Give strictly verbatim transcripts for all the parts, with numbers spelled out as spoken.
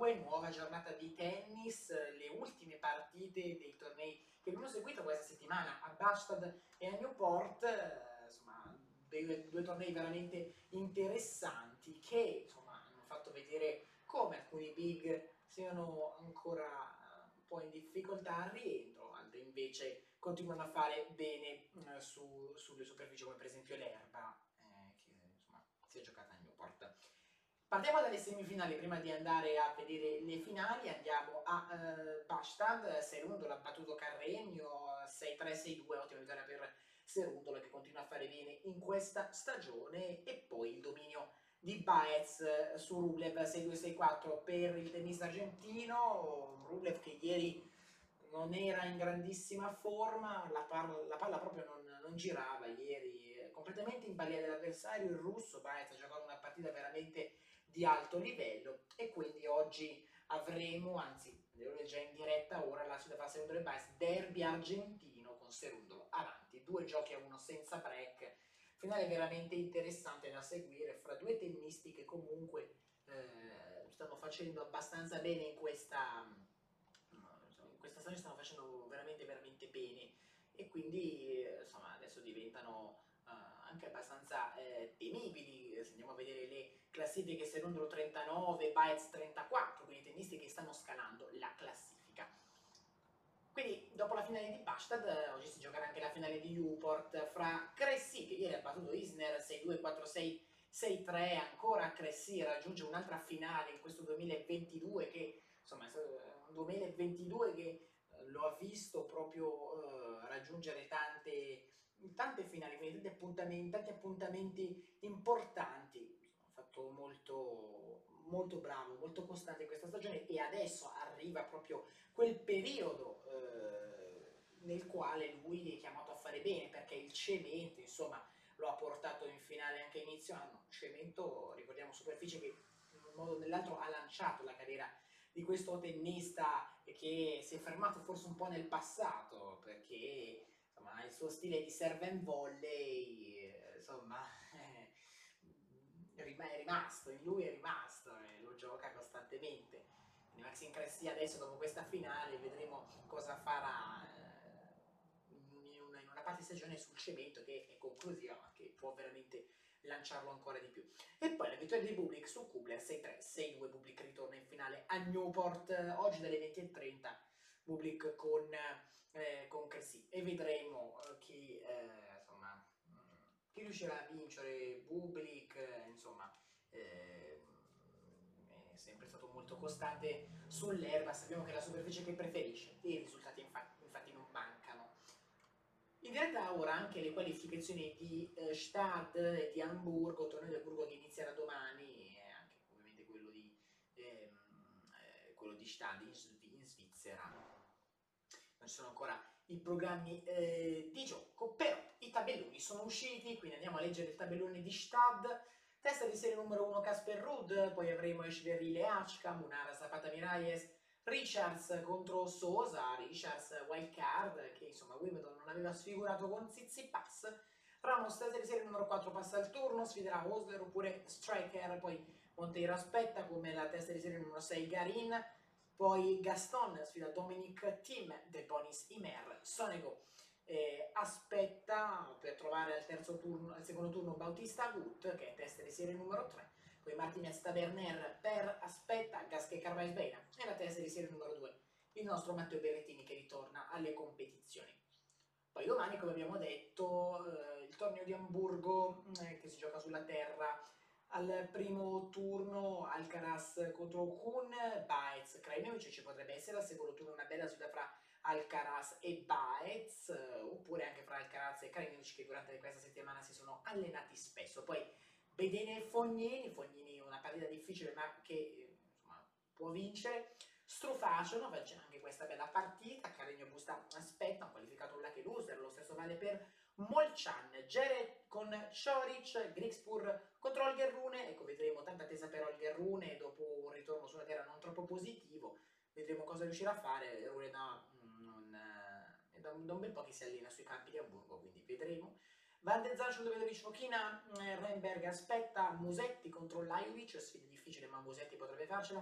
ventidue, nuova giornata di tennis, le ultime partite dei tornei che abbiamo seguito questa settimana a Bastad e a Newport, eh, insomma, due, due tornei veramente interessanti che insomma, hanno fatto vedere come alcuni big siano ancora un po' in difficoltà al rientro, altri invece continuano a fare bene eh, su, sulle superfici come per esempio l'erba, eh, che insomma si è giocata a Newport. Partiamo dalle semifinali, prima di andare a vedere le finali andiamo a eh, Bastad. Serundolo ha battuto Carregno sei tre sei due, ottima vittoria per Serundolo che continua a fare bene in questa stagione, e poi il dominio di Baez su Rublev sei due sei quattro per il tennista argentino. Rublev che ieri non era in grandissima forma, la, par- la palla proprio non, non girava ieri, completamente in balia dell'avversario. Il russo Baez ha giocato una partita veramente di alto livello e quindi oggi avremo, anzi lo già in diretta ora, la Città Serundolo e Baez, derby argentino con Serundolo avanti, due giochi a uno senza break, finale veramente interessante da seguire fra due tennisti che comunque eh, stanno facendo abbastanza bene in questa, in questa stagione, stanno facendo veramente veramente bene, e quindi eh, insomma adesso diventano uh, anche abbastanza eh, temibili. Se andiamo a vedere le classifiche, Serundolo trentanove, Baez trentaquattro, quindi tennisti che stanno scalando la classifica. Quindi dopo la finale di Bastad, oggi si giocherà anche la finale di Newport fra Cressy, che ieri ha battuto Isner sei due quattro sei sei tre, ancora Cressy raggiunge un'altra finale in questo duemilaventidue che insomma è un duemilaventidue che lo ha visto proprio eh, raggiungere tante, tante finali, quindi tanti appuntamenti, tanti appuntamenti importanti. Ha fatto molto, molto bravo, molto costante in questa stagione, e adesso arriva proprio quel periodo eh, nel quale lui è chiamato a fare bene, perché il cemento, insomma, lo ha portato in finale anche a inizio anno. Cemento, ricordiamo, superficie che in un modo o nell'altro ha lanciato la carriera di questo tennista che si è fermato forse un po' nel passato, perché insomma il suo stile di serve and volley eh, insomma eh, è rimasto, in lui è rimasto e lo gioca costantemente. Quindi Maxime Cressy adesso dopo questa finale vedremo cosa farà eh, in, una, in una parte di stagione sul cemento che è conclusiva, ma che può veramente lanciarlo ancora di più. E poi la vittoria di Bublik su Kubler sei tre sei due, Bublik ritorna in finale a Newport oggi dalle venti e trenta, Bublik con, eh, con Cressy, e vedremo eh, chi, eh, insomma, chi riuscirà a vincere. Bublik, eh, insomma, eh, è sempre stato molto costante sull'erba, sappiamo che è la superficie che preferisce e i risultati infatti, infatti non mancano. In realtà ora anche le qualificazioni di eh, Stad e di Amburgo, il torneo di Amburgo che inizierà domani, e anche ovviamente quello di, ehm, eh, quello di Stad in, in Svizzera. Non ci sono ancora i programmi eh, di gioco, però i tabelloni sono usciti, quindi andiamo a leggere il tabellone di Stad. Testa di serie numero uno Casper Ruud, poi avremo Echeverry Hachka, Munara Zapata Miralles, Richards contro Sosa, Richards wildcard che insomma Wimbledon non aveva sfigurato con Tsitsipas. Ramos testa di serie numero quattro passa al turno, sfiderà Osler oppure Striker, poi Monteiro aspetta come la testa di serie numero sei Garin, poi Gaston sfida Dominic Thiem, De Bonis Imer, Sonego eh, aspetta per trovare al, terzo turno, al secondo turno Bautista Agut, che è testa di serie numero tre, poi Martinez Taberner per aspetta Gasquet Carvalho Beina, e la testa di serie numero due il nostro Matteo Berrettini che ritorna alle competizioni. Poi domani, come abbiamo detto, eh, il torneo di Amburgo eh, che si gioca sulla terra. Al primo turno Alcaraz contro Kun, Baez, Krajinovic, ci potrebbe essere al secondo turno una bella sfida fra Alcaraz e Baez, eh, oppure anche fra Alcaraz e Krajinovic che durante questa settimana si sono allenati spesso. Poi Bedene e Fognini, Fognini una partita difficile ma che eh, insomma, può vincere. Strufaciano, c'è anche questa bella partita, Carregno Busta aspetta, un qualificato un lucky loser, lo stesso vale per Molchan, Jared con Choric, Grigspur contro Holger Rune, ecco vedremo tanta attesa per Holger Rune dopo un ritorno sulla terra non troppo positivo, vedremo cosa riuscirà a fare. Rune da, non, è da, un, da un bel po' che si allena sui campi di Hamburgo, quindi vedremo. Van de Zandt, Davidovic, Fokina, Renberg aspetta, Musetti contro Lajovic, sfida difficile ma Musetti potrebbe farcela.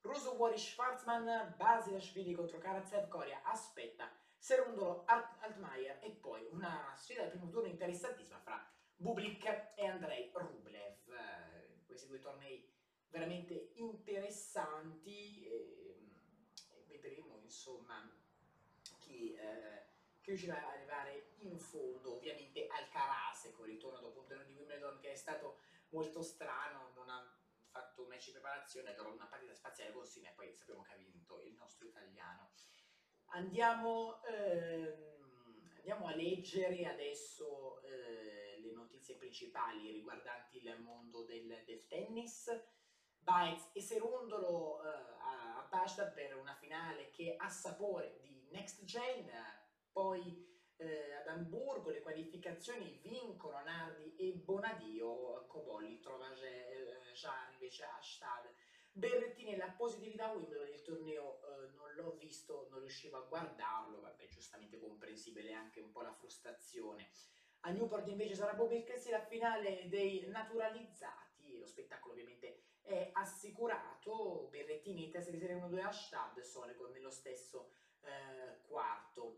Rusuwori Schwarzman, Basilashvili contro Karatsev Coria, aspetta, Serundolo Altmaier e poi una sfida del primo turno interessantissima fra Bublik e Andrei Rublev. Eh, questi due tornei veramente interessanti e, e vedremo insomma chi, eh, chi riuscirà ad arrivare in fondo. Ovviamente Alcaraz con il ritorno dopo un torneo di Wimbledon che è stato molto strano, non ha fatto match di preparazione, però una partita spaziale con Sinner e poi sappiamo che ha vinto il nostro italiano. Andiamo, ehm, andiamo a leggere adesso eh, le notizie principali riguardanti il mondo del, del tennis. Baez e Serundolo eh, a, a Bastad per una finale che ha sapore di Next Gen, poi eh, ad Amburgo le qualificazioni vincono Nardi e Bonadio, Cobolli trova già invece a Stade. Berrettini e la positività a Wimbledon, il torneo eh, non l'ho visto, non riuscivo a guardarlo, vabbè giustamente comprensibile anche un po' la frustrazione. A Newport invece sarà Bobekesi la finale dei naturalizzati, lo spettacolo ovviamente è assicurato, Berrettini in testa di serie uno due a Stade, Sonego nello stesso eh, quarto.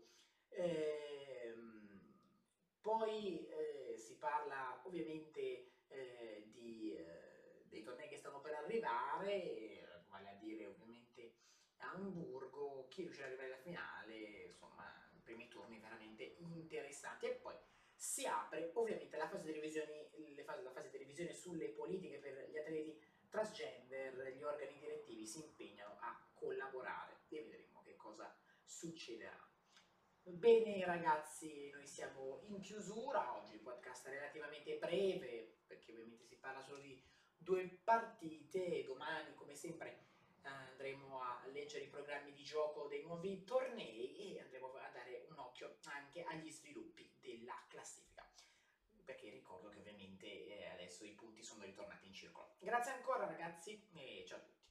Ehm, poi eh, si parla ovviamente eh, di, eh, dei tornei che stanno per arrivare, eh, vale a dire ovviamente a Amburgo, chi riuscirà ad arrivare alla finale, insomma, i primi turni veramente interessanti. E poi si apre ovviamente la fase di revisione, la fase di revisione sulle politiche per gli atleti transgender, gli organi direttivi si impegnano a collaborare e vedremo che cosa succederà. Bene ragazzi, noi siamo in chiusura, oggi il podcast è relativamente breve perché ovviamente si parla solo di due partite e domani come sempre eh, andremo a leggere i programmi di gioco dei nuovi tornei e andremo a dare un occhio anche agli sviluppi della classifica, perché ricordo che ovviamente eh, adesso i punti sono ritornati in circolo. Grazie ancora ragazzi e ciao a tutti.